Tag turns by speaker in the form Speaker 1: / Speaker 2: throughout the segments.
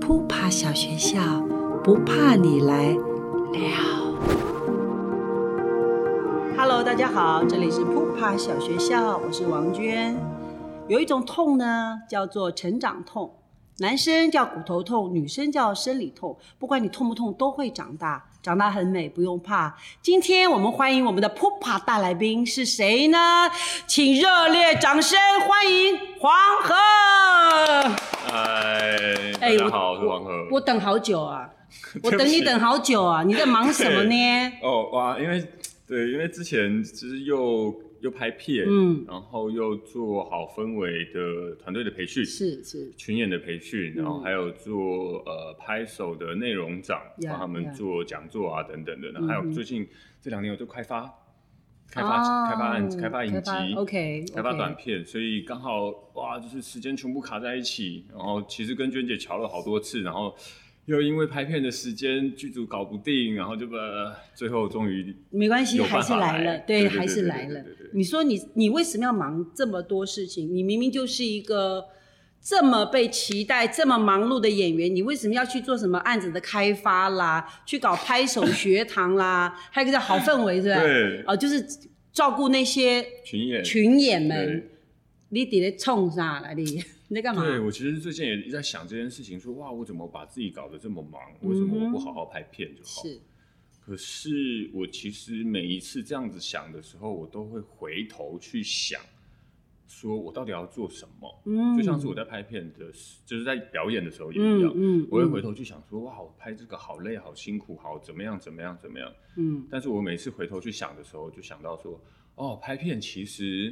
Speaker 1: 扑爬小学校，不怕你来了。Hello， 大家好，这里是扑爬小学校，我是王娟。有一种痛呢，叫做成长痛，男生叫骨头痛，女生叫生理痛。不管你痛不痛，都会长大，长大很美，不用怕。今天我们欢迎我们的扑爬大来宾是谁呢？请热烈掌声欢迎黄河。
Speaker 2: 嗨，大家好，我是黄河。
Speaker 1: 我等好久啊，我等你等好久啊，你在忙什么呢？
Speaker 2: 哦哇，因为之前就是又拍片，然后又做好氛围的团队的培训，
Speaker 1: 是
Speaker 2: 群演的培训，然后还有做拍手的内容长，帮他们做讲座啊等等的，然后还有最近这2年我做开发案子、开发影集、开发短片，所以刚好哇，就是时间全部卡在一起，然后其实跟娟姐瞧了好多次，然后又因为拍片的时间剧组搞不定，然后就最后终于
Speaker 1: 没关系，还是来了，对，
Speaker 2: 还
Speaker 1: 是来了。你说你为什么要忙这么多事情？你明明就是一个这么被期待、这么忙碌的演员，你为什么要去做什么案子的开发啦，去搞拍手学堂啦，还有一个叫好氛围，是吧？
Speaker 2: 对，
Speaker 1: 就是照顾那些群演们。你在冲啥啦？你在干嘛？
Speaker 2: 对，我其实最近也一直在想这件事情，说哇，我怎么把自己搞得这么忙？为什么我不好好拍片就好？
Speaker 1: 是。
Speaker 2: 可是我其实每一次这样子想的时候，我都会回头去想，说我到底要做什么？就像是我在拍片的，就是在表演的时候也一样，我会回头去想说，哇，我拍这个好累、好辛苦、好怎么样？但是我每次回头去想的时候，就想到说，哦，拍片其实。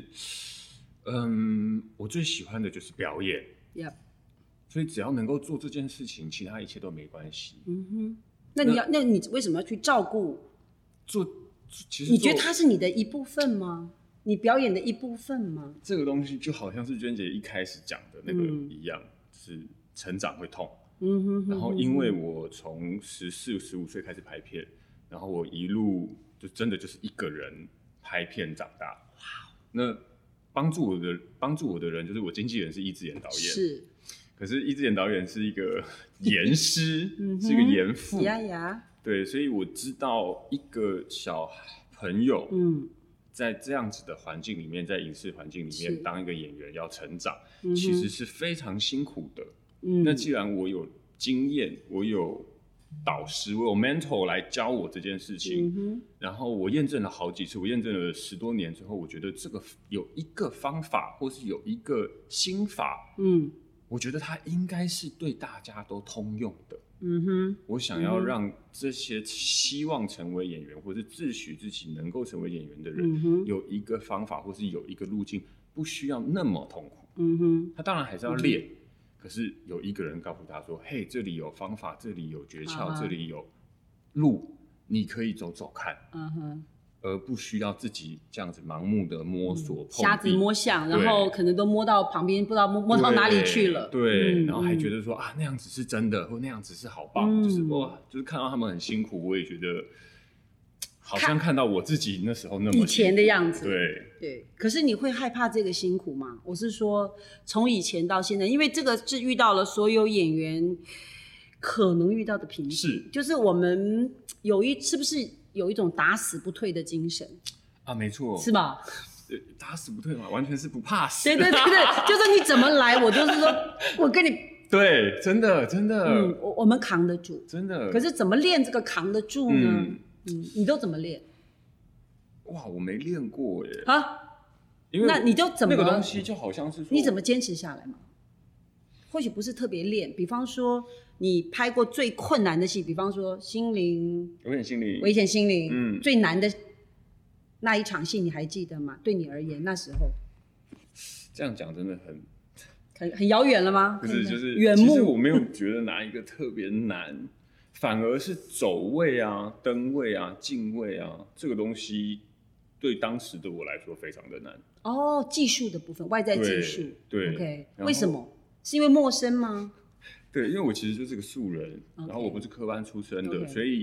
Speaker 2: 我最喜欢的就是表演，所以只要能够做这件事情，其他一切都没关系。
Speaker 1: 那你为什么要去照顾？
Speaker 2: 其实
Speaker 1: 你觉得它是你的一部分吗？你表演的一部分吗？
Speaker 2: 这个东西就好像是娟姐一开始讲的那个一样，是成长会痛。然后因为我从14、15岁开始拍片，然后我一路就真的就是一个人拍片长大。那帮助我的人就是我经纪人是易智言导演，
Speaker 1: 是，
Speaker 2: 可是易智言导演是一个严师，是一个严父，对，所以我知道一个小朋友，在这样子的环境里面，在影视环境里面当一个演员要成长，其实是非常辛苦的。那既然我有经验，我有导师，我有 mentor 来教我这件事情，然后我验证了好几次，我验证了10多年之后，我觉得这个有一个方法，或是有一个心法，我觉得它应该是对大家都通用的。我想要让这些希望成为演员，或是自诩自己能够成为演员的人，有一个方法，或是有一个路径，不需要那么痛苦。他当然还是要练。可是有一个人告诉他说：“嘿，这里有方法，这里有诀窍，这里有路，你可以走走看。”而不需要自己这样子盲目的摸索、
Speaker 1: 瞎子摸象，然后可能都摸到旁边，不知道摸到哪里去了。
Speaker 2: 对，然后还觉得说那样子是真的，或那样子是好棒，就是哇，就是看到他们很辛苦，我也觉得好像看到我自己那时候那么
Speaker 1: 以前的样子。
Speaker 2: 对。
Speaker 1: 可是你会害怕这个辛苦吗？我是说，从以前到现在，因为这个是遇到了所有演员可能遇到的瓶颈，就是我们是不是有一种打死不退的精神
Speaker 2: 啊？没错，
Speaker 1: 是吧？
Speaker 2: 打死不退嘛，完全是不怕死。
Speaker 1: 对，就是你怎么来，我就是说我跟你。
Speaker 2: 对，真的。
Speaker 1: 我们扛得住，
Speaker 2: 真的。
Speaker 1: 可是怎么练这个扛得住呢？你都怎么练？
Speaker 2: 哇，我没练过耶。因为
Speaker 1: 那你就怎么
Speaker 2: 那个东西就好像是说，
Speaker 1: 你怎么坚持下来嘛？或许不是特别练，比方说你拍过最困难的戏，比方说危险心灵，最难的那一场戏，你还记得吗？对你而言，那时候
Speaker 2: 这样讲真的
Speaker 1: 很遥远了吗？
Speaker 2: 不是，就是
Speaker 1: 远目。
Speaker 2: 其实我没有觉得哪一个特别难，反而是走位啊、灯位啊、镜位啊这个东西，对当时的我来说非常的难。
Speaker 1: 技术的部分，外在技术。
Speaker 2: 对
Speaker 1: ，OK， 为什么？是因为陌生吗？
Speaker 2: 对，因为我其实就是个素人，然后我不是科班出身的，所以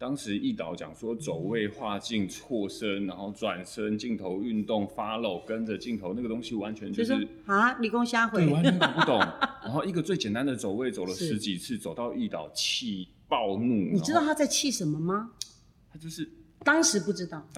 Speaker 2: 当时易导讲说走位、画镜、错身，然后转身、镜头运动、follow 跟着镜头，那个东西完全就是
Speaker 1: 理工瞎回，
Speaker 2: 对，完全搞不懂。然后一个最简单的走位走了10几次，走到易导气暴怒。
Speaker 1: 你知道他在气什么吗？
Speaker 2: 他就是
Speaker 1: 当时不知道。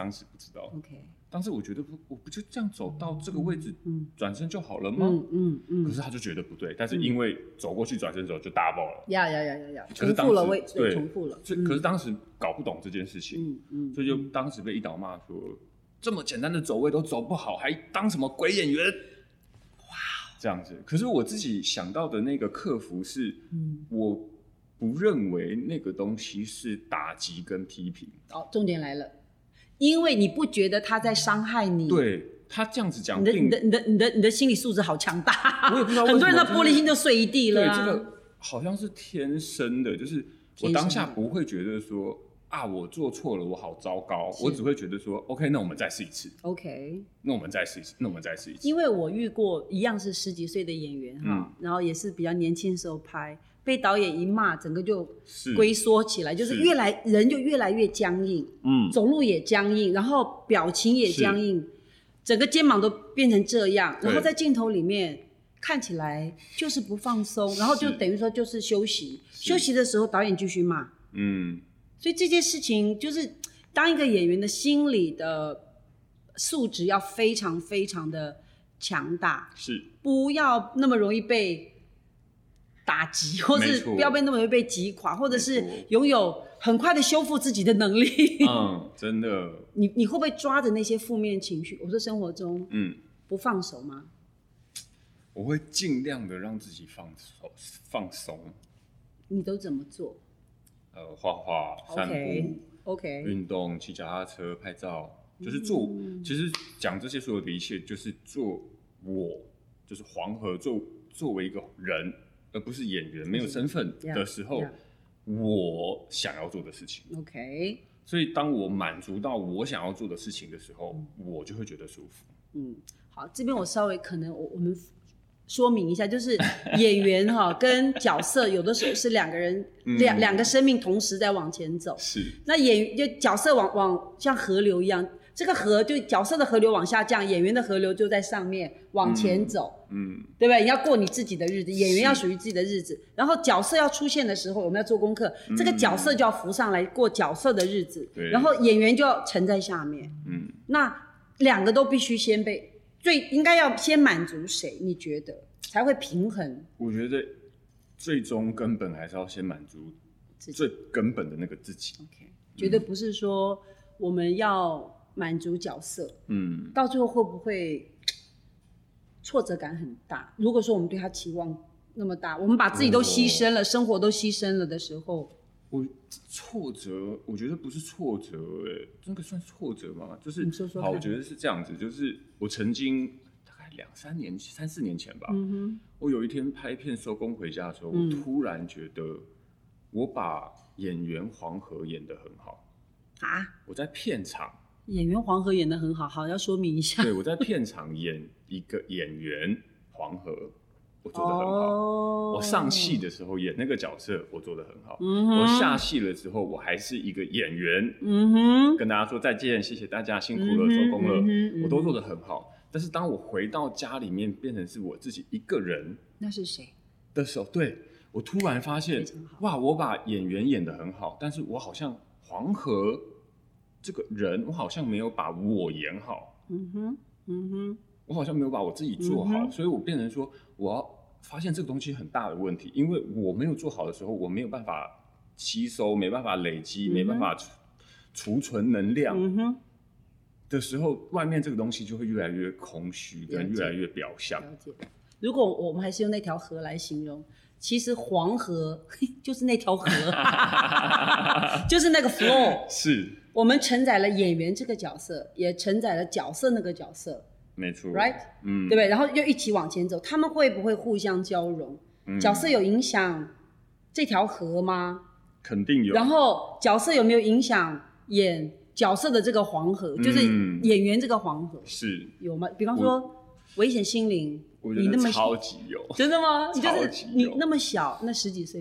Speaker 2: OK。当时我觉得我不就这样走到这个位置，转身就好了吗？可是他就觉得不对，但是因为走过去转身走就 double 了，
Speaker 1: 重复了对，重复了。
Speaker 2: 可是当时搞不懂这件事情，所以就当时被易导骂说，这么简单的走位都走不好，还当什么鬼演员？哇，这样子。可是我自己想到的那个克服是，我不认为那个东西是打击跟批评。
Speaker 1: 重点来了。因为你不觉得他在伤害你，
Speaker 2: 对他这样子讲，
Speaker 1: 你的心理素质好强大，
Speaker 2: 我也不知道
Speaker 1: 很多人的玻璃心就碎一地了。
Speaker 2: 对，这个好像是天生的，就是我当下不会觉得说我做错了，我好糟糕，我只会觉得说 OK， 那我们再试一次。OK， 那我们再试一次。
Speaker 1: 因为我遇过一样是10几岁的演员然后也是比较年轻的时候拍。被导演一骂，整个就龟缩起来，就是人就越来越僵硬，走路也僵硬，然后表情也僵硬，整个肩膀都变成这样，然后在镜头里面看起来就是不放松，然后就等于说就是休息的时候导演继续骂，所以这件事情就是当一个演员的心理的素质要非常非常的强大，不要那么容易被打击，或是不要被那么容易被击垮，或者是拥有很快的修复自己的能力。
Speaker 2: 真的。
Speaker 1: 你会不会抓着那些负面情绪？我说生活中，不放手吗？
Speaker 2: 我会尽量的让自己放松。
Speaker 1: 你都怎么做？
Speaker 2: 画画、散步、运动、骑脚踏车、拍照，就是做。其实讲这些所有的一切，就是做就是黄河作为一个人。而不是演员没有身份的时候，我想要做的事情。OK， 所以当我满足到我想要做的事情的时候，我就会觉得舒服。
Speaker 1: 好，这边我稍微可能我们说明一下，就是演员跟角色有的时候是两个人两个生命同时在往前走。那就角色往像河流一样。这个河就角色的河流往下降，演员的河流就在上面往前走，对不对？你要过你自己的日子，演员要属于自己的日子，然后角色要出现的时候，我们要做功课，这个角色就要浮上来过角色的日子，然后演员就要沉在下面，那两个都必须先应该要先满足谁？你觉得才会平衡？
Speaker 2: 我觉得最终根本还是要先满足最根本的那个自己。
Speaker 1: 绝对不是说我们要满足角色，到最后会不会挫折感很大？如果说我们对他期望那么大，我们把自己都牺牲了，生活都牺牲了的时候，
Speaker 2: 挫折，我觉得不是挫折，这个算挫折吗？就是
Speaker 1: 你说
Speaker 2: 好，我觉得是这样子，就是我曾经大概3、4年前吧，我有一天拍片收工回家的时候，我突然觉得我把演员黄河演得很好我在片场。
Speaker 1: 演员黄河演得很好，好要说明一下。
Speaker 2: 对，我在片场演一个演员黄河，我做得很好。我上戏的时候演那个角色，我做得很好。我下戏了之后，我还是一个演员。跟大家说再见，谢谢大家辛苦了，收工了，我都做得很好。但是当我回到家里面，变成是我自己一个人，
Speaker 1: 那是谁
Speaker 2: 的时候，对，我突然发现，哇，我把演员演得很好，但是我好像黄河这个人，我好像没有把我演好，我好像没有把我自己做好，所以我变成说，我要发现这个东西很大的问题，因为我没有做好的时候，我没有办法吸收，没办法累积，没办法储存能量的时候，外面这个东西就会越来越空虚，跟越来越表象。
Speaker 1: 如果我们还是用那条河来形容，其实黄河就是那条河，就是那个 flow。
Speaker 2: 是。
Speaker 1: 我们承载了演员这个角色，也承载了角色那个角色，
Speaker 2: 没错
Speaker 1: ，right， 对不对？然后又一起往前走，他们会不会互相交融？角色有影响这条河吗？
Speaker 2: 肯定有。
Speaker 1: 然后角色有没有影响演角色的这个黄河？就是演员这个黄河
Speaker 2: 是
Speaker 1: 有吗？比方说《危险心灵》，
Speaker 2: 我觉得超级有，
Speaker 1: 真的吗？
Speaker 2: 超级有，
Speaker 1: 你那么小，那10几岁嘛。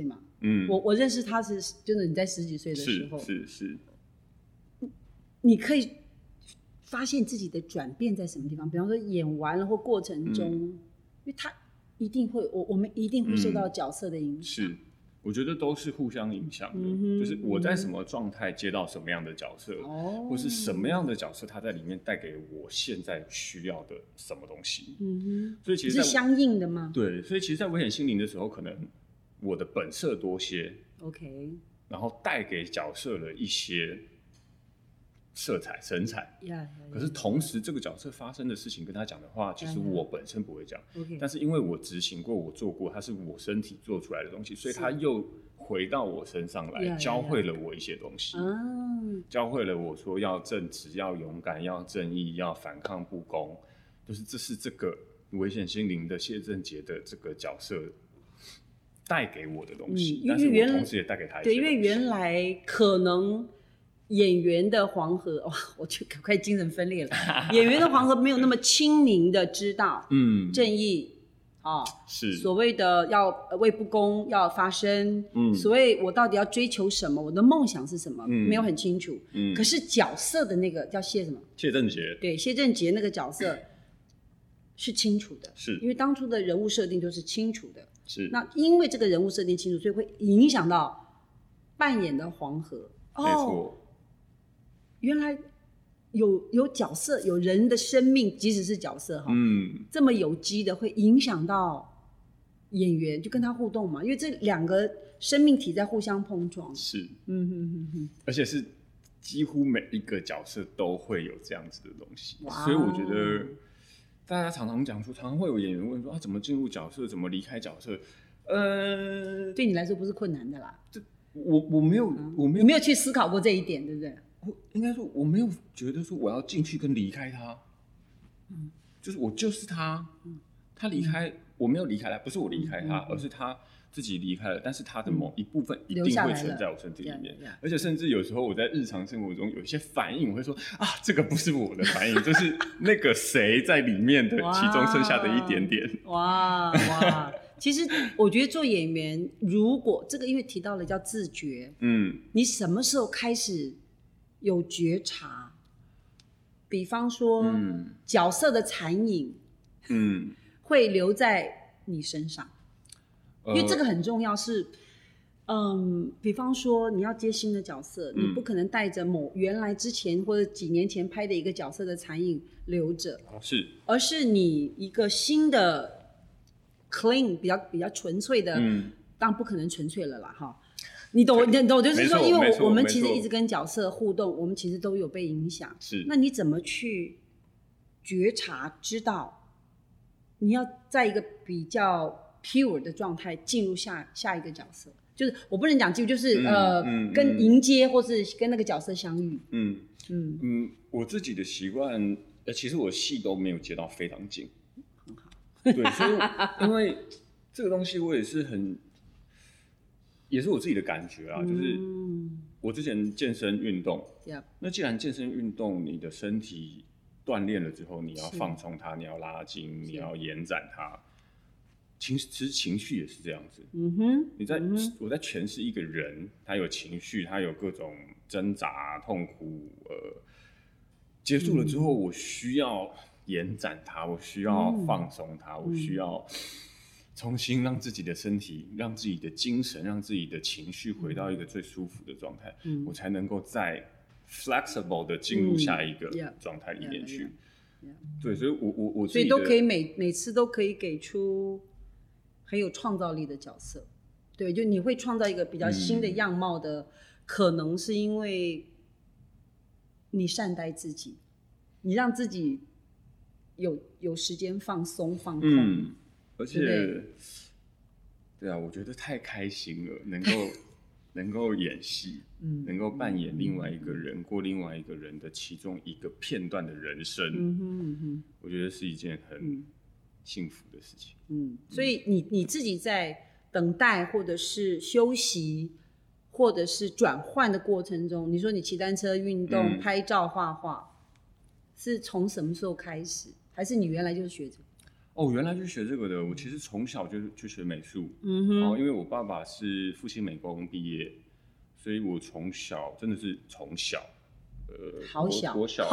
Speaker 1: 我认识他是真的你在10几岁的时候，
Speaker 2: 是，
Speaker 1: 你可以发现自己的转变在什么地方，比方说演完了或过程中，因为他一定会，我们一定会受到角色的影响。
Speaker 2: 是，我觉得都是互相影响的，就是我在什么状态接到什么样的角色，或是什么样的角色，它在里面带给我现在需要的什么东西。所以其实
Speaker 1: 是相应的吗？
Speaker 2: 对，所以其实，在危险心灵的时候，可能我的本色多些
Speaker 1: ，OK，
Speaker 2: 然后带给角色了一些色彩、神采，可是同时这个角色发生的事情跟他讲的话，其实我本身不会讲，但是因为我执行过，我做过，它是我身体做出来的东西，所以它又回到我身上来，教会了我一些东西，教会了我说要正直、要勇敢、要正义、要反抗不公，就是这是这个危险心灵的谢振杰的这个角色带给我的东西，但是我同时也带给他一些东西。
Speaker 1: 对，因为原来可能演员的黄河，我就快精神分裂了。演员的黄河没有那么清明的知道，正义是所谓的要为不公要发声，所谓我到底要追求什么，我的梦想是什么，没有很清楚。可是角色的那个叫谢什么？
Speaker 2: 谢振杰。对，
Speaker 1: 谢振杰那个角色是清楚的，
Speaker 2: 是
Speaker 1: 因为当初的人物设定都是清楚的。
Speaker 2: 是，
Speaker 1: 那因为这个人物设定清楚，所以会影响到扮演的黄河。
Speaker 2: 没错。
Speaker 1: 原来有角色，有人的生命，即使是角色这么有机的，会影响到演员，就跟他互动嘛，因为这两个生命体在互相碰撞。
Speaker 2: 是，而且是几乎每一个角色都会有这样子的东西，所以我觉得大家常常讲说，常常会有演员问说怎么进入角色，怎么离开角色？
Speaker 1: 对你来说不是困难的啦。
Speaker 2: 我没有，
Speaker 1: 你没有去思考过这一点，对不对？
Speaker 2: 应该说我没有觉得说我要进去跟离开他，就是我就是他，他离开我没有离开他，不是我离开他，而是他自己离开了，但是他的某一部分一定会存在我身体里面，而且甚至有时候我在日常生活中有一些反应，我会说这个不是我的反应，就是那个谁在里面的其中剩下的一点点。
Speaker 1: 哇！其实我觉得做演员，如果这个因为提到了叫自觉，你什么时候开始有觉察？比方说，角色的残影，会留在你身上，因为这个很重要。是，比方说你要接新的角色，你不可能带着原来之前或者几年前拍的一个角色的残影留着，
Speaker 2: 是，
Speaker 1: 而是你一个新的 clean 比较纯粹的，当然不可能纯粹了啦，哈。你懂，就是说，因为我们其实一直跟角色互动，我们其实都有被影响。
Speaker 2: 是，
Speaker 1: 那你怎么去觉察，知道你要在一个比较 pure 的状态进入下一个角色？就是我不能讲进入，就是跟迎接或是跟那个角色相遇。
Speaker 2: 我自己的习惯，其实我戏都没有接到非常近，很好。对，所以因为这个东西我也是我自己的感觉啦，就是我之前健身运动，那既然健身运动你的身体锻炼了之后，你要放松它，你要拉筋，你要延展它，其实情绪也是这样子。我在诠释一个人，他有情绪，他有各种挣扎、痛苦，结束了之后，我需要延展它，我需要放松它，我需要重新让自己的身体、让自己的精神、让自己的情绪回到一个最舒服的状态，我才能够再 flexible 的进入下一个状态里面去。对，所以我
Speaker 1: 所以都可以每次都可以给出很有创造力的角色。对，就你会创造一个比较新的样貌的，可能是因为你善待自己，你让自己有时间放松放空。
Speaker 2: 而且，对啊，我觉得太开心了，能够演戏，能够扮演另外一个人，过另外一个人的其中一个片段的人生，我觉得是一件很幸福的事情。
Speaker 1: 所以你自己在等待或者是休息或者是转换的过程中，你说你骑单车运动、拍照、画画，是从什么时候开始？还是你原来就学着？
Speaker 2: 哦，原来去学这个的。我其实从小就学美术，然后因为我爸爸是复兴美工毕业，所以我从小真的是从小，
Speaker 1: 好小，
Speaker 2: 国小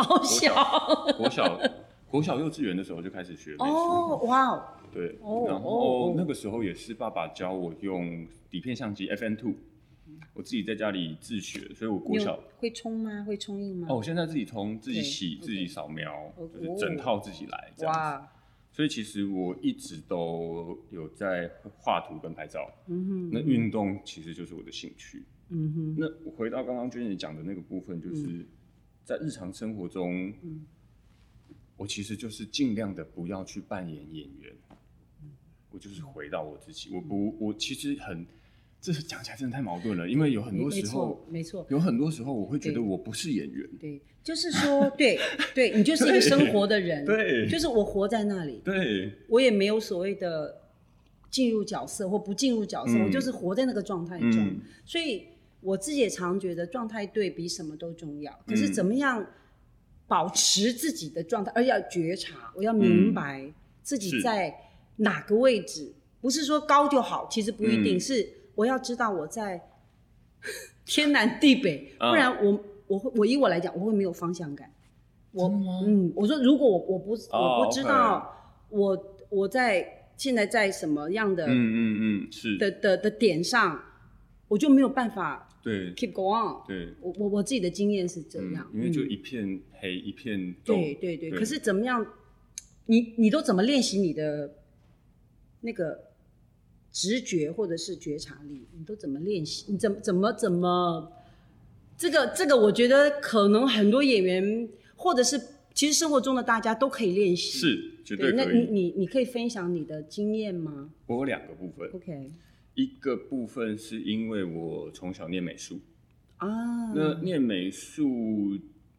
Speaker 2: 幼稚园的时候就开始学美术。
Speaker 1: 哦，哇哦，
Speaker 2: 对，然后那个时候也是爸爸教我用底片相机 FN2，我自己在家里自学，所以我国小
Speaker 1: 会冲吗？会冲印吗？
Speaker 2: 哦，我现在自己冲、自己洗、自己扫描，就是整套自己来这样子。所以其实我一直都有在画图跟拍照，那运动其实就是我的兴趣。那我回到刚刚娟姐讲的那个部分，就是在日常生活中，我其实就是尽量的不要去扮演演员，我就是回到我自己。我其实这讲起来真的太矛盾了，因为有很多时候，
Speaker 1: 没错，
Speaker 2: 有很多时候我会觉得我不是演员。
Speaker 1: 对，就是说，对，你就是一个生活的人，
Speaker 2: 对，
Speaker 1: 就是我活在那里，
Speaker 2: 对，
Speaker 1: 我也没有所谓的进入角色或不进入角色，我就是活在那个状态中。所以我自己也常觉得状态对比什么都重要，可是怎么样保持自己的状态，而要觉察，我要明白自己在哪个位置，不是说高就好，其实不一定是。我要知道我在天南地北，不然我以我来讲，我会没有方向感。我说如果我不知道我现在在什么样的
Speaker 2: 是
Speaker 1: 的点上，我就没有办法
Speaker 2: 对
Speaker 1: keep go on。
Speaker 2: 对，
Speaker 1: 我自己的经验是这样，
Speaker 2: 因为就一片黑一片重。
Speaker 1: 对。可是怎么样，你都怎么练习你的那个直觉或者是觉察力，你都怎么练习？你怎么？这个，我觉得可能很多演员，或者是其实生活中的大家都可以练习。
Speaker 2: 是，绝对可以。
Speaker 1: 那你可以分享你的经验吗？
Speaker 2: 我有2个部分。
Speaker 1: OK，
Speaker 2: 一个部分是因为我从小念美术
Speaker 1: 啊，
Speaker 2: 那念美术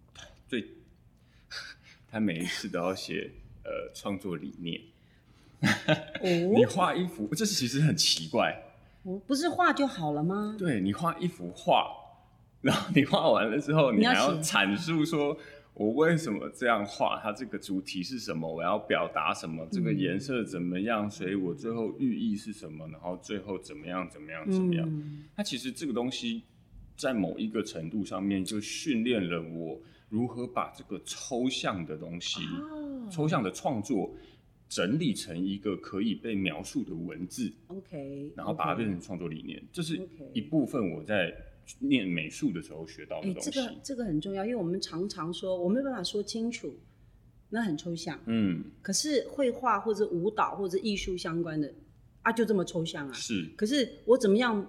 Speaker 2: 他每一次都要写创作理念。你画一幅，这其实很奇怪。
Speaker 1: 不是画就好了吗？
Speaker 2: 对，你画一幅画，然后你画完了之后，你还要阐述说我为什么这样画，它这个主题是什么，我要表达什么，这个颜色怎么样，所以我最后寓意是什么，然后最后怎么样。它其实这个东西在某一个程度上面就训练了我如何把这个抽象的东西，抽象的创作整理成一个可以被描述的文字
Speaker 1: ，OK，
Speaker 2: 然后把它变成创作理念，这是一部分我在念美术的时候学到的东西。
Speaker 1: 这个很重要，因为我们常常说我没有办法说清楚，那很抽象。可是绘画或者舞蹈或者艺术相关的就这么抽象啊。
Speaker 2: 是。可
Speaker 1: 是我怎么样？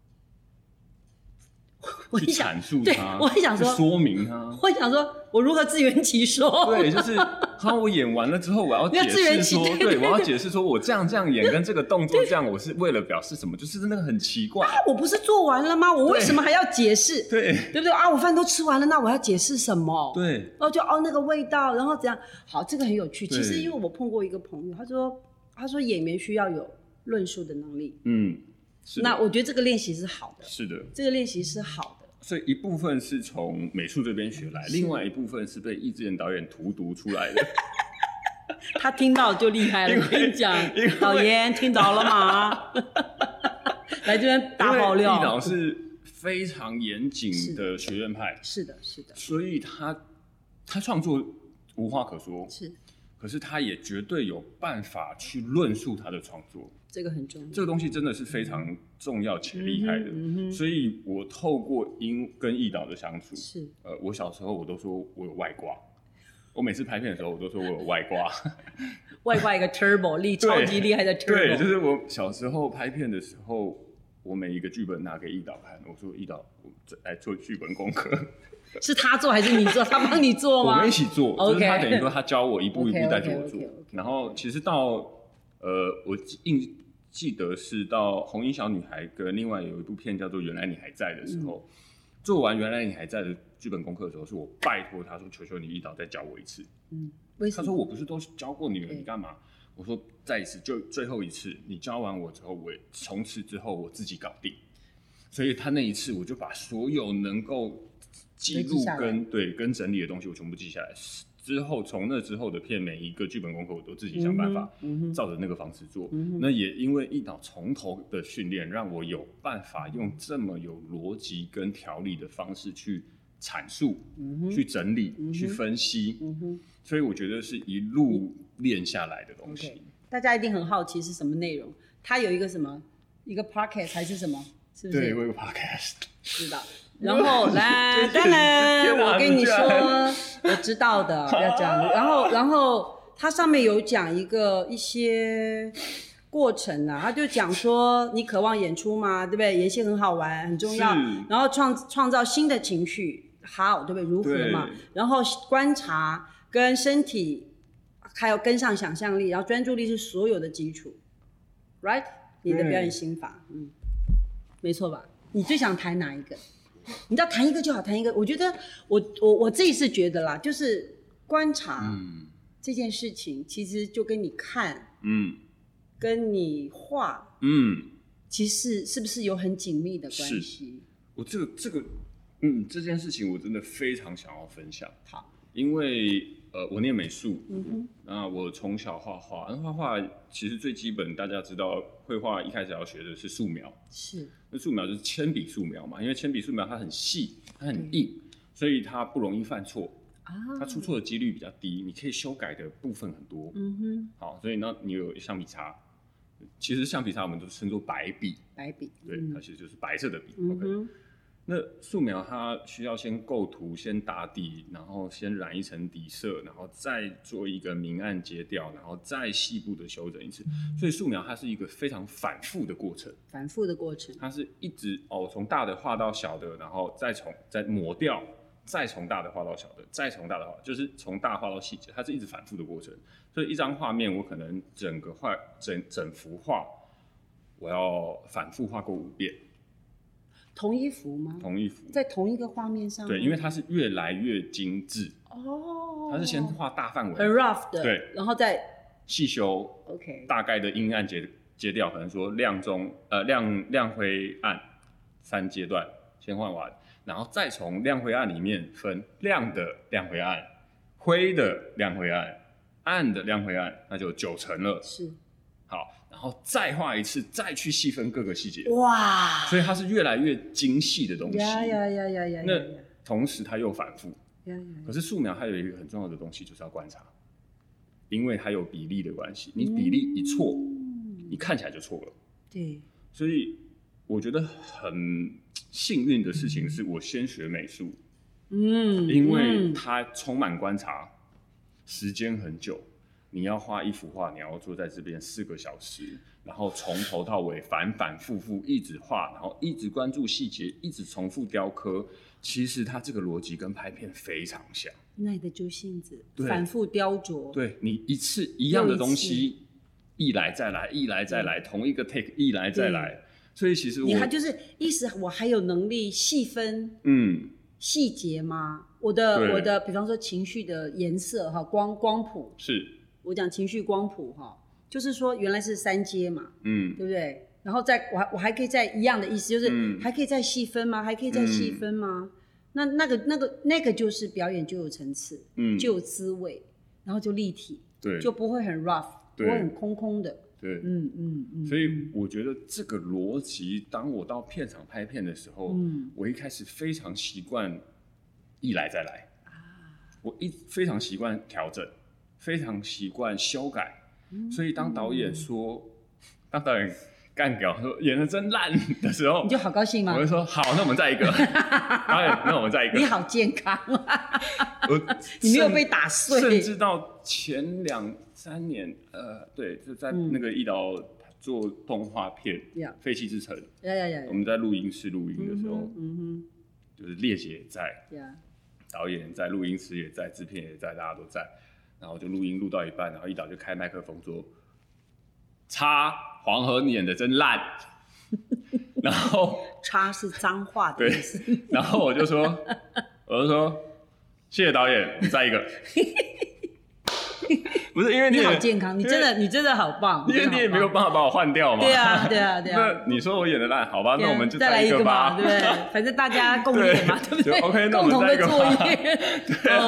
Speaker 2: 去阐述它，
Speaker 1: 我很想说
Speaker 2: 说明它。
Speaker 1: 我想说，我如何自圆其说？
Speaker 2: 对，就是我演完了之后，我要解释说，我要解释说我这样演跟这个动作这样，我是为了表示什么？就是那个很奇怪。
Speaker 1: 我不是做完了吗？我为什么还要解释？
Speaker 2: 对
Speaker 1: 不对我饭都吃完了，那我要解释什么？
Speaker 2: 对，
Speaker 1: 然后就那个味道，然后怎样？好，这个很有趣。其实因为我碰过一个朋友，他说演员需要有论述的能力。那我觉得这个练习是好的。
Speaker 2: 是的，
Speaker 1: 这个练习是好的。
Speaker 2: 所以一部分是从美术这边学来，另外一部分是被易智言导演荼毒出来的。
Speaker 1: 他听到就厉害了，我跟你讲，导演听到了吗？来这边大爆料。
Speaker 2: 易导是非常严谨的学院派，
Speaker 1: 是的，
Speaker 2: 所以他创作无话可说，
Speaker 1: 是，
Speaker 2: 可是他也绝对有办法去论述他的创作。
Speaker 1: 这个很重要，
Speaker 2: 这个东西真的是非常重要且厉害的。所以我透过跟易导的相处，
Speaker 1: 是
Speaker 2: 我小时候我都说我有外挂，我每次拍片的时候我都说我有外挂，
Speaker 1: 外挂一个 turbo 超级厉害的 turbo。
Speaker 2: 对，就是我小时候拍片的时候，我每一个剧本拿给易导看，我说易导，我来做剧本功课。是
Speaker 1: 他做还是你做？他帮你做吗？
Speaker 2: 我们一起做，就是他等于说他教我一步一步带着我做。然后其实到我记得是到《红衣小女孩》跟另外有一部片叫做《原来你还在》的时候，做完《原来你还在》的剧本功课的时候，是我拜托他说：“求求你易导再教我一次。”他说：“我不是都教过你了，你干嘛？”我说：“再一次，就最后一次，你教完我之后，我从此之后我自己搞定。”所以他那一次，我就把所有能够记录跟整理的东西，我全部记下来。 从那之后的片每一个剧本功课我都自己想办法照着那个方式做。那也因为一导从头的训练，让我有办法用这么有逻辑跟条理的方式去阐述、去整理、去分析。所以我觉得是一路练下来的东西。
Speaker 1: 大家一定很好奇是什么内容？它有一个什么？一个 podcast 还是什么？是不是？
Speaker 2: 对，我有个 podcast。
Speaker 1: 知道。然后来，当然我跟你说，我知道的，不要讲。然后它上面有讲一些过程啊，他就讲说你渴望演出嘛，对不对？演戏很好玩，很重要。然后创造新的情绪，好，对不对？如何嘛？然后观察跟身体，还有跟上想象力，然后专注力是所有的基础 ，right？ 你的表演心法，没错吧？你最想谈哪一个？你知道谈一个就好，谈一个。我觉得我自己是觉得啦，就是观察这件事情，其实就跟你看，跟你画，其实是不是有很紧密的关系？
Speaker 2: 我这件事情我真的非常想要分享。
Speaker 1: 好，
Speaker 2: 因为我念美术，那我从小画画，画画其实最基本大家知道，绘画一开始要学的是素描，那素描就是铅笔素描嘛，因为铅笔素描它很细，它很硬，所以它不容易犯错，它出错的几率比较低，你可以修改的部分很多，好，所以呢你有橡皮擦，其实橡皮擦我们都称作白笔，对，它其实就是白色的笔，OK。那素描它需要先构图，先打底，然后先染一层底色，然后再做一个明暗阶调，然后再细部的修整一次。所以素描它是一个非常反复的过程。它是一直从大的画到小的，然后再抹掉，再从大的画到小的，再从大的画，就是从大画到细节，它是一直反复的过程。所以一张画面我可能整幅画我要反复画过5遍。
Speaker 1: 同一幅吗？
Speaker 2: 同一幅，
Speaker 1: 在同一个画面上。
Speaker 2: 对，因为它是越来越精致。它是先画大范围，
Speaker 1: 很 rough 的，
Speaker 2: 对，
Speaker 1: 然后再
Speaker 2: 细修。
Speaker 1: OK，
Speaker 2: 大概的阴暗阶调，可能说亮灰暗3阶段先画完，然后再从亮灰暗里面分亮的亮灰暗、灰的亮灰暗、暗的亮灰暗，那就9成了。
Speaker 1: 是。
Speaker 2: 好，然后再画一次，再去细分各个细节。
Speaker 1: 哇！
Speaker 2: 所以它是越来越精细的东西。
Speaker 1: 那
Speaker 2: 同时它又反复。可是素描它有一个很重要的东西，就是要观察，因为它有比例的关系。你比例一错，你看起来就错了。
Speaker 1: 对。
Speaker 2: 所以我觉得很幸运的事情是我先学美术，因为它充满观察，时间很久。你要画一幅画，你要坐在这边4个小时，然后从头到尾反反复复一直画，然后一直关注细节，一直重复雕刻。其实它这个逻辑跟拍片非常像，
Speaker 1: 耐得住性子，反复雕琢。
Speaker 2: 对，你一次一样的东西，一来再来，一来再来，同一个 take 一来再来。所以其实
Speaker 1: 你还就是意思，我还有能力细分，细节吗？我的，比方说情绪的颜色哈，光谱
Speaker 2: 是。
Speaker 1: 我讲情绪光谱哈，就是说原来是3阶嘛，对不对？然后我还可以再一样的意思，就是还可以再细分吗？还可以再细分吗？那个就是表演就有层次，就有滋味，然后就立体，
Speaker 2: 对，
Speaker 1: 就不会很 rough， 不会很空空的，
Speaker 2: 对，所以我觉得这个逻辑，当我到片场拍片的时候，我一开始非常习惯一来再来，我非常习惯调整。非常习惯修改，所以当导演干掉说演得真烂的时候，
Speaker 1: 你就好高兴吗？
Speaker 2: 我就说好，那我们再一个。导演，那我们再一个。
Speaker 1: 你好健康，你没有被打碎。
Speaker 2: 甚至到前2-3年，对，就在那个一导做动画片《废弃之城》，我们在录音室录音的时候，就是烈姐也在，导演在，录音师也在，制片也在，大家都在。然后就录音录到一半，然后一导就开麦克风说：“黄河你演的真烂。”然后
Speaker 1: 叉是脏话的意思。
Speaker 2: 对，然后我就说谢谢导演，我们再一个。不是因为
Speaker 1: 你好健康，你真的好棒，
Speaker 2: 因为你也没有办法把我换掉嘛。
Speaker 1: 对啊。
Speaker 2: 那你说我演的烂，好吧，那我们就再来一个吧，
Speaker 1: 对不对？反正大家共演嘛，对不对？
Speaker 2: OK，
Speaker 1: 共同的作业。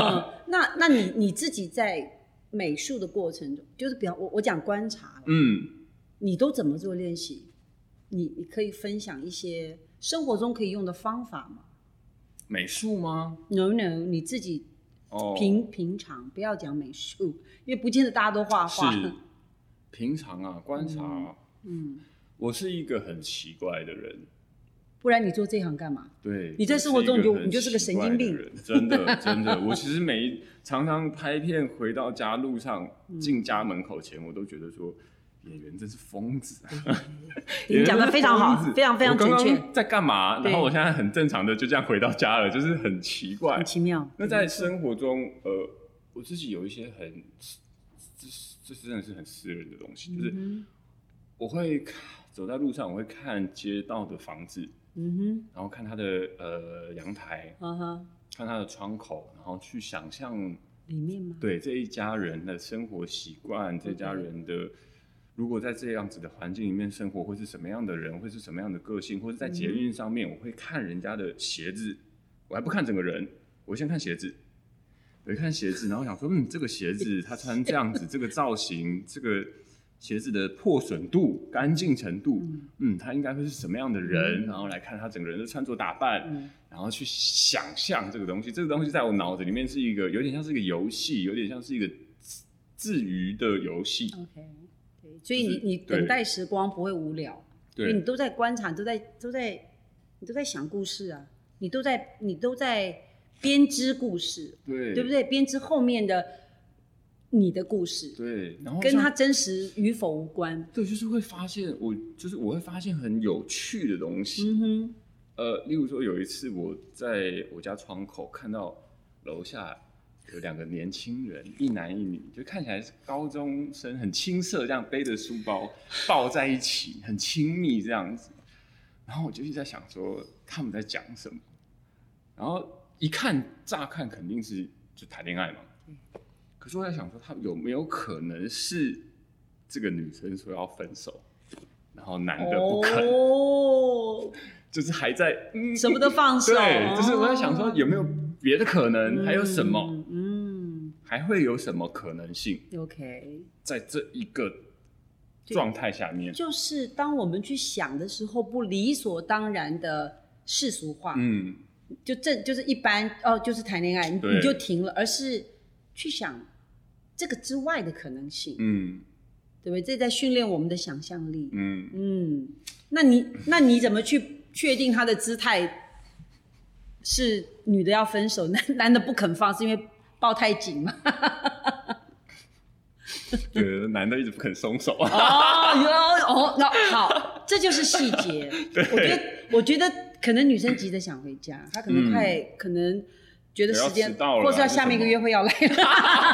Speaker 1: 那你自己在美术的过程中，就是比方我讲观察，你都怎么做练习？你可以分享一些生活中可以用的方法吗？
Speaker 2: 美术吗
Speaker 1: ？No， 你自己平常不要讲美术，因为不见得大家都画画。
Speaker 2: 是平常啊，观察。我是一个很奇怪的人。
Speaker 1: 不然你做这行干嘛？
Speaker 2: 对，
Speaker 1: 你在生活中你就是个神经病。
Speaker 2: 真的，我其实常常拍片回到家路上进家门口前，我都觉得说演员真是疯子。
Speaker 1: 你讲得非常好，非常非常准确。
Speaker 2: 我刚刚在干嘛？然后我现在很正常的就这样回到家了，就是很奇怪，
Speaker 1: 很奇妙。
Speaker 2: 那在生活中，我自己有一些这真的是很私人的东西，就是我会走在路上，我会看街道的房子。然后看他的阳台，看他的窗口，然后去想象
Speaker 1: 里面吗？
Speaker 2: 对，这一家人的生活习惯，这家人的如果在这样子的环境里面生活，会是什么样的人，会是什么样的个性，或者在捷运上面，我会看人家的鞋子，我还不看整个人，我先看鞋子，我一看鞋子，然后想说，这个鞋子他穿这样子，这个造型，这个鞋子的破损度、干净程度，他应该会是什么样的人？然后来看他整个人的穿着打扮，然后去想象这个东西。这个东西在我脑子里面是一个有点像是一个游戏，有点像是一个自娱的游戏。
Speaker 1: OK， 对，所以你等待时光不会无聊，因为你都在观察，你都在想故事啊，你都在编织故事，对不对？编织后面的。你的故事，
Speaker 2: 对，然后
Speaker 1: 跟他真实与否无关。
Speaker 2: 对，就是会发现我会发现很有趣的东西。例如说有一次我在我家窗口看到楼下有2个年轻人，一男一女，就看起来是高中生，很青涩，这样背着书包抱在一起，很亲密这样子。然后我就一直在想说他们在讲什么，然后乍看肯定是就谈恋爱嘛。可是我在想说，他有没有可能是这个女生说要分手，然后男的不肯，就是还在
Speaker 1: 什么都放手。
Speaker 2: 对，就是我在想说，有没有别的可能？还有什么？还会有什么可能性
Speaker 1: ？OK，
Speaker 2: 在这一个状态下面，
Speaker 1: 就是当我们去想的时候，不理所当然的世俗化，就是一般就是谈恋爱，你就停了，而是去想。这个之外的可能性，对不对？这在训练我们的想象力，那你怎么去确定他的姿态是女的要分手，男的不肯放，是因为抱太紧吗？
Speaker 2: 对，男的一直不肯松手。
Speaker 1: 好，这就是细节。我觉得可能女生急着想回家，她可能可能。觉得时间，或是要下面一个约会要来了，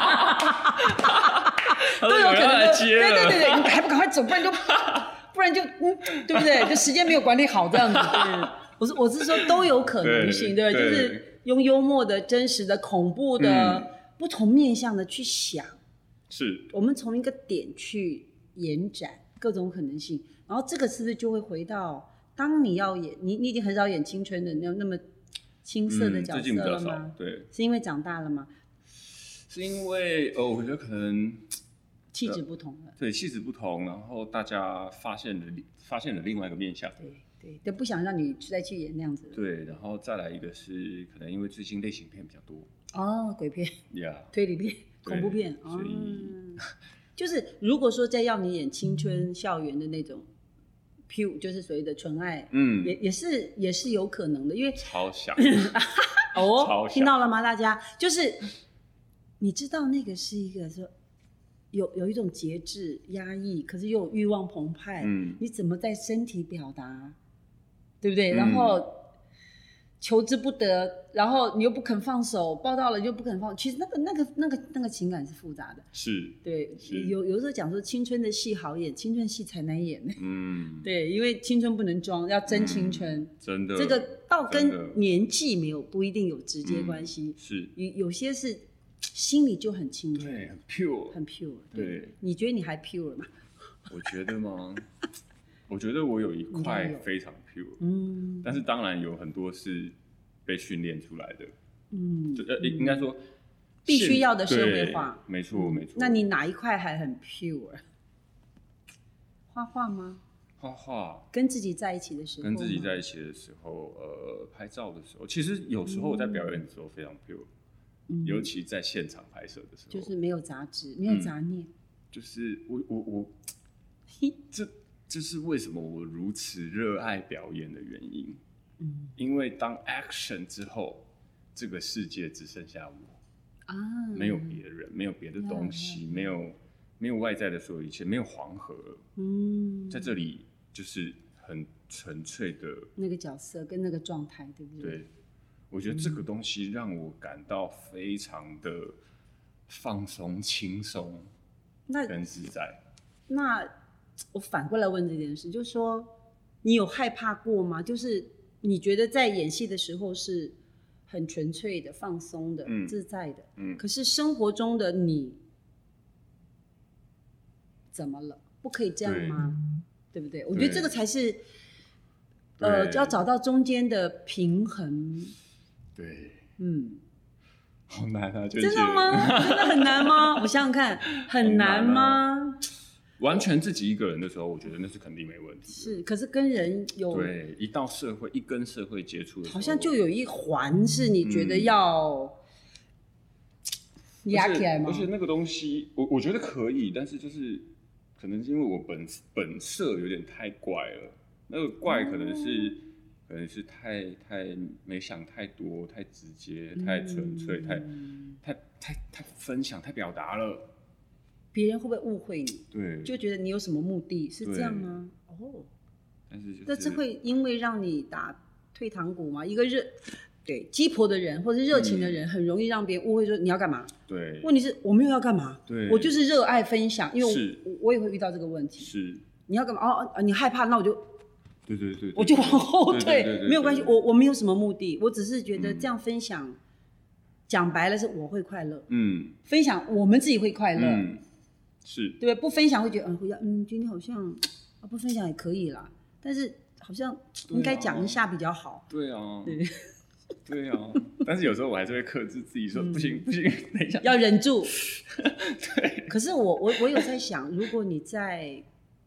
Speaker 1: 都有可能。对，你还不赶快走，不然就对不对？就时间没有管理好这样子。我是说都有可能性，对，就是用幽默的、真实的、恐怖的、不同面向的去想，
Speaker 2: 是
Speaker 1: 我们从一个点去延展各种可能性，然后这个是不是就会回到当你要演，你已经很少演青春的那么。青涩的角色了吗？
Speaker 2: 对，
Speaker 1: 是因为长大了吗？
Speaker 2: 是因为我觉得可能
Speaker 1: 气质不同了。
Speaker 2: 对，气质不同，然后大家发现了另外一个面向。
Speaker 1: 对，都不想让你再去演那样子。
Speaker 2: 对，然后再来一个是可能因为最近类型片比较多。
Speaker 1: 鬼片、
Speaker 2: 推
Speaker 1: 理片、恐怖片。所以就是如果说再要你演青春校园的那种。就是所谓的纯爱，也是有可能的，因为
Speaker 2: 超想
Speaker 1: 听到了吗？大家就是你知道那个是一个说有一种节制压抑，可是又有欲望澎湃，你怎么在身体表达，对不对？然后求之不得，然后你又不肯放手，抱到了你又不肯放，其实那个情感是复杂的，
Speaker 2: 是，
Speaker 1: 对，有时候讲说青春的戏好演，青春戏才难演，对，因为青春不能装，要真青春，
Speaker 2: 真的，
Speaker 1: 这个倒跟年纪不一定有直接关系，
Speaker 2: 是，
Speaker 1: 有些是心里就很清楚，
Speaker 2: 对，很
Speaker 1: pure，对，你觉得你还 pure 吗？
Speaker 2: 我觉得吗？我觉得我有一块非常 pure，但是当然有很多是被训练出来的，应该说
Speaker 1: 必须要的社会化。
Speaker 2: 没错没错。
Speaker 1: 那你哪一块还很 pure？ 画画吗？
Speaker 2: 画画，
Speaker 1: 跟自己在一起的时候，
Speaker 2: 拍照的时候，其实有时候我在表演的时候非常 pure，尤其在现场拍摄的时候，
Speaker 1: 就是没有杂质，没有杂念。
Speaker 2: 就是我这是为什么我如此热爱表演的原因。因为当 action 之后，这个世界只剩下我没有别人，没有别的东西，没有外在的所有一切，没有黄河。在这里就是很纯粹的
Speaker 1: 那个角色跟那个状态，对不对？
Speaker 2: 对，我觉得这个东西让我感到非常的放松、轻松，跟自在。
Speaker 1: 那我反过来问这件事，就是说，你有害怕过吗？就是你觉得在演戏的时候是很纯粹的、放松的、自在的，可是生活中的你怎么了？不可以这样吗？对不对？我觉得这个才是，要找到中间的平衡。
Speaker 2: 对，好难啊！
Speaker 1: 真的吗？真的很难吗？我想想看，很难吗？
Speaker 2: 完全自己一个人的时候，我觉得那是肯定没问题的。
Speaker 1: 是，可是跟人有
Speaker 2: 对，一到社会，一跟社会接触的时候，
Speaker 1: 好像就有一环是你觉得要压起来吗？
Speaker 2: 而且那个东西，我觉得可以，但是就是可能是因为我本色有点太怪了，那个怪可能是太没想太多，太直接，太纯粹，太分享，太表达了。
Speaker 1: 别人会不会误会你？
Speaker 2: 对，
Speaker 1: 就觉得你有什么目的？是这样吗？哦，
Speaker 2: 但是
Speaker 1: 那这会因为让你打退堂鼓吗？一个鸡婆的人或者热情的人，很容易让别人误会说你要干嘛？
Speaker 2: 对，
Speaker 1: 问题是我没有要干嘛，
Speaker 2: 对，
Speaker 1: 我就是热爱分享，因为我也会遇到这个问题。
Speaker 2: 是，
Speaker 1: 你要干嘛？你害怕，那我就
Speaker 2: 对，
Speaker 1: 我就往后退，没有关系，我没有什么目的，我只是觉得这样分享，讲白了是我会快乐，分享我们自己会快乐。
Speaker 2: 是
Speaker 1: 对，不分享会觉得今天好像不分享也可以啦，但是好像应该讲一下比较好。
Speaker 2: 对啊，对啊，但是有时候我还是会克制自己说不行，等一下
Speaker 1: 要忍住。
Speaker 2: 对。
Speaker 1: 可是我有在想，如果你在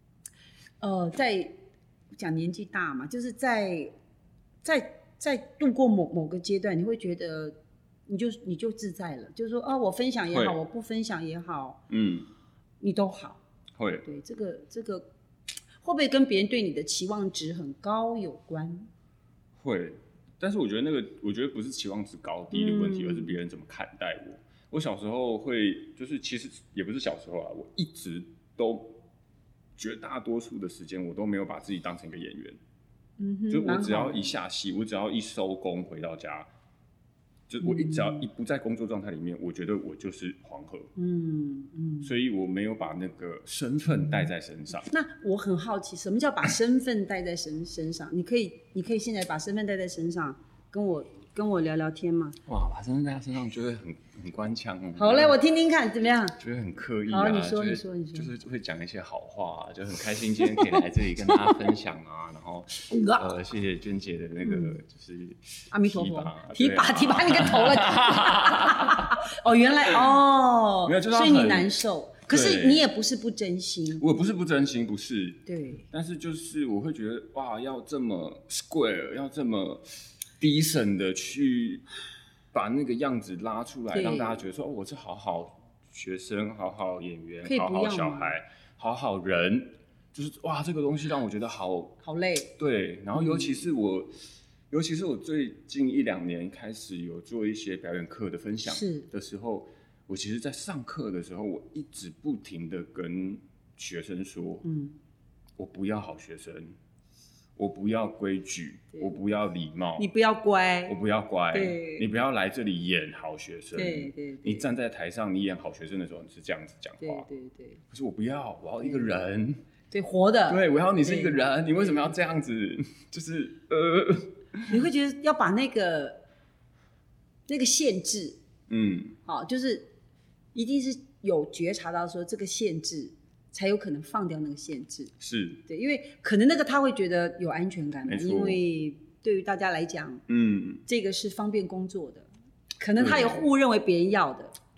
Speaker 1: 讲年纪大嘛，就是在度过某个阶段，你会觉得你就自在了，就是说我分享也好，我不分享也好，你都好。
Speaker 2: 会。
Speaker 1: 对，这个会不会跟别人对你的期望值很高有关？
Speaker 2: 会，但是我觉得不是期望值高低的问题，而是别人怎么看待我。我小时候会，就是其实也不是小时候啊，我一直都绝大多数的时间我都没有把自己当成一个演员。就我只要一下戏，我只要一收工回到家，就我只要一不在工作状态里面，我觉得我就是黄河。所以我没有把那个身份带在身上。
Speaker 1: 那我很好奇，什么叫把身份带在身上？你可以现在把身份带在身上，跟我聊聊天吗？
Speaker 2: 哇，把身份带在身上就会很官腔哦。
Speaker 1: 好嘞，我听听看怎么样？
Speaker 2: 就会很刻意
Speaker 1: 啊。好，你说。
Speaker 2: 就是会讲一些好话啊，就很开心今天可以来这里跟大家分享啊，然后谢谢娟姐的那个就是
Speaker 1: 阿弥陀佛，提拔你个头了。原来
Speaker 2: 没有，
Speaker 1: 所以你难受，可是你也不是不真心。
Speaker 2: 我不是不真心，不是。
Speaker 1: 对。
Speaker 2: 但是就是我会觉得哇，要这么 square， 要这么decent的去把那个样子拉出来，让大家觉得说我是好好学生、好好演员、好好小孩、好好人，就是哇，这个东西让我觉得好
Speaker 1: 累。
Speaker 2: 对，然后尤其是我最近1-2年开始有做一些表演课的分享的时候，我其实在上课的时候，我一直不停的跟学生说，我不要好学生，我不要规矩，我不要礼貌，
Speaker 1: 你不要乖，
Speaker 2: 我不要乖，你不要来这里演好学生。
Speaker 1: 对，
Speaker 2: 你站在台上，你演好学生的时候，你是这样子讲话。
Speaker 1: 对。
Speaker 2: 可是我不要，我要一个人，
Speaker 1: 对，活的。
Speaker 2: 对，我要你是一个人，你为什么要这样子？就是
Speaker 1: 你会觉得要把那个限制，就是一定是有觉察到说这个限制，才有可能放掉那个限制。
Speaker 2: 是。
Speaker 1: 对，因为可能那个他会觉得有安全感，因为对于大家来讲，这个是方便工作的，可能他也误认为别人要的。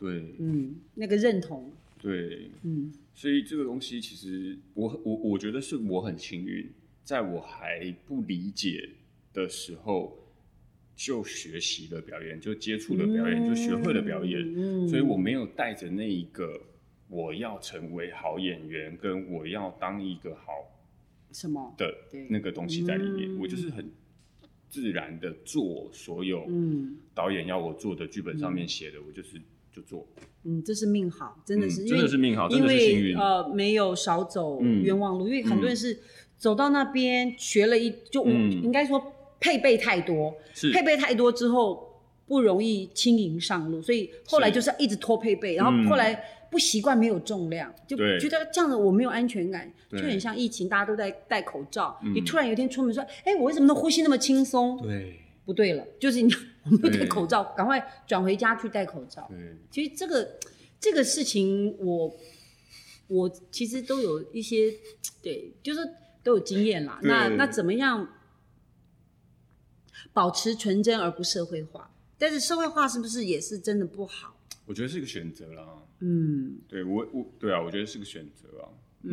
Speaker 2: 对，
Speaker 1: 那个认同，
Speaker 2: 对，所以这个东西其实我觉得是我很幸运，在我还不理解的时候就学习了表演，就接触了表演，就学会了表演，所以我没有带着那一个我要成为好演员，跟我要当一个好
Speaker 1: 什么
Speaker 2: 的那个东西在里面，我就是很自然的做所有导演要我做的剧本上面写的，我就做。
Speaker 1: 这是命好，真的是，
Speaker 2: 真的是命好，真的是幸运。
Speaker 1: 因为没有少走冤枉路，因为很多人是走到那边学了应该说配备太多，配备太多之后不容易轻盈上路，所以后来就是一直拖配备，然后后来不习惯没有重量，就觉得这样子我没有安全感，就很像疫情，大家都在戴口罩，你突然有一天出门说，我为什么能呼吸那么轻松？
Speaker 2: 对，
Speaker 1: 不对了，就是我没有戴口罩，赶快转回家去戴口罩。其实这个事情我其实都有一些就是都有经验啦。那怎么样保持纯真而不社会化？但是社会化是不是也是真的不好？
Speaker 2: 我觉得是一个选择啦。对对啊，我觉得是个选择啊。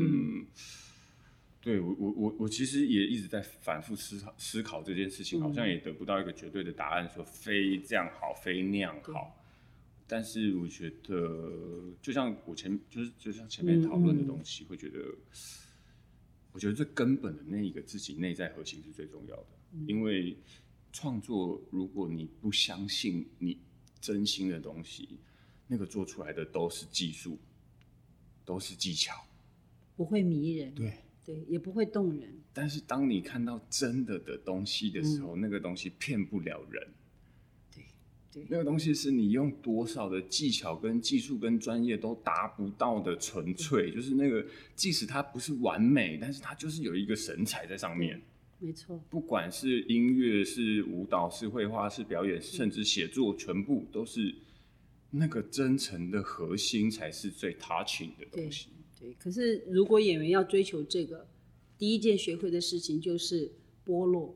Speaker 2: 对我其实也一直在反复思考这件事情，好像也得不到一个绝对的答案，说非这样好，非那样好。但是我觉得，就像就像前面讨论的东西，会觉得，我觉得最根本的那一个自己内在核心是最重要的。因为创作，如果你不相信你真心的东西，那个做出来的都是技术，都是技巧，不
Speaker 1: 会迷人。对，也不会动人。
Speaker 2: 但是当你看到真的东西的时候，那个东西骗不了人。对，那个东西是你用多少的技巧跟技术跟专业都达不到的纯粹，就是那个即使它不是完美，但是它就是有一个神采在上面。
Speaker 1: 没错，
Speaker 2: 不管是音乐、是舞蹈、是绘画、是表演，甚至写作，全部都是那个真诚的核心才是最 touching 的东西。
Speaker 1: 对，可是如果演员要追求这个，第一件学会的事情就是剥落。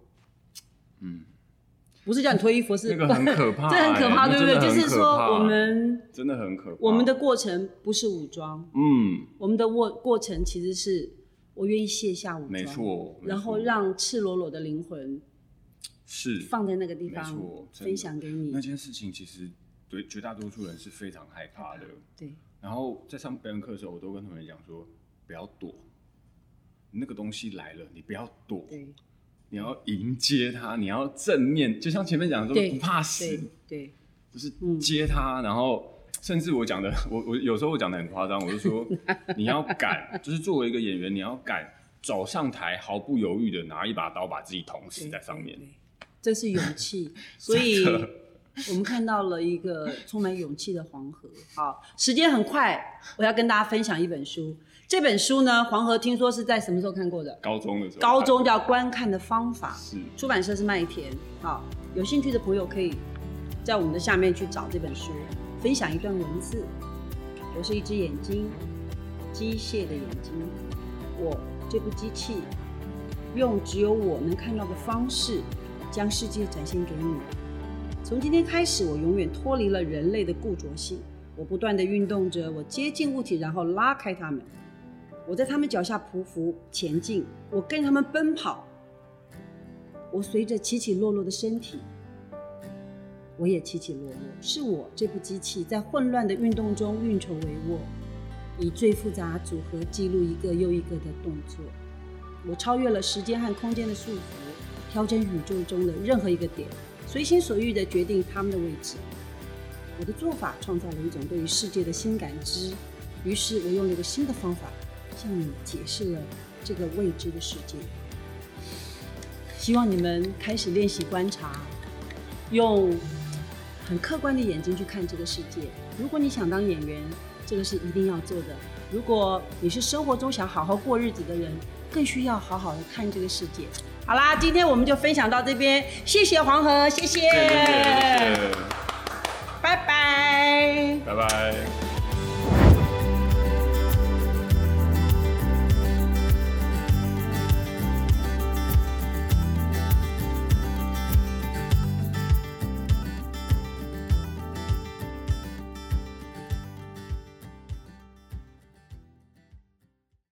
Speaker 1: 不是叫你脱衣服，是
Speaker 2: 那个很可怕，
Speaker 1: 这很可怕，对不对？就是说我们
Speaker 2: 真的很可怕。
Speaker 1: 我们的过程不是武装，我们的过程其实是我愿意卸下武装，
Speaker 2: 没错，
Speaker 1: 然后让赤裸裸的灵魂
Speaker 2: 是
Speaker 1: 放在那个地方，分享给你。
Speaker 2: 那件事情其实对绝大多数人是非常害怕的。
Speaker 1: 对。
Speaker 2: 然后在上表演课的时候，我都跟同学讲说，不要躲，那个东西来了，你不要躲。你要迎接它，你要正面，就像前面讲的说不怕死，
Speaker 1: 对，
Speaker 2: 就是接它，然后甚至我讲的，我有时候我讲的很夸张，我就说你要敢，就是作为一个演员，你要敢走上台，毫不犹豫的拿一把刀把自己捅死在上面，
Speaker 1: 这是勇气，所以我们看到了一个充满勇气的黄河。好，时间很快，我要跟大家分享一本书。这本书呢，黄河听说是在什么时候看过的？
Speaker 2: 高中的时候。
Speaker 1: 高中叫《观看的方法》，
Speaker 2: 是
Speaker 1: 出版社是麦田。好，有兴趣的朋友可以在我们的下面去找这本书，分享一段文字。我是一只眼睛，机械的眼睛。我这部机器，用只有我能看到的方式，将世界展现给你。从今天开始，我永远脱离了人类的固着性。我不断地运动着，我接近物体，然后拉开它们。我在他们脚下匍匐前进，我跟他们奔跑，我随着起起落落的身体，我也起起落落。是我这部机器在混乱的运动中运筹帷幄，以最复杂组合记录一个又一个的动作。我超越了时间和空间的束缚，调整宇宙中的任何一个点，随心所欲地决定它们的位置。我的做法创造了一种对于世界的新感知，于是我用了一个新的方法向你解释了这个未知的世界。希望你们开始练习观察，用很客观的眼睛去看这个世界。如果你想当演员，这个是一定要做的。如果你是生活中想好好过日子的人，更需要好好的看这个世界。好啦，今天我们就分享到这边，谢谢黄河，谢谢。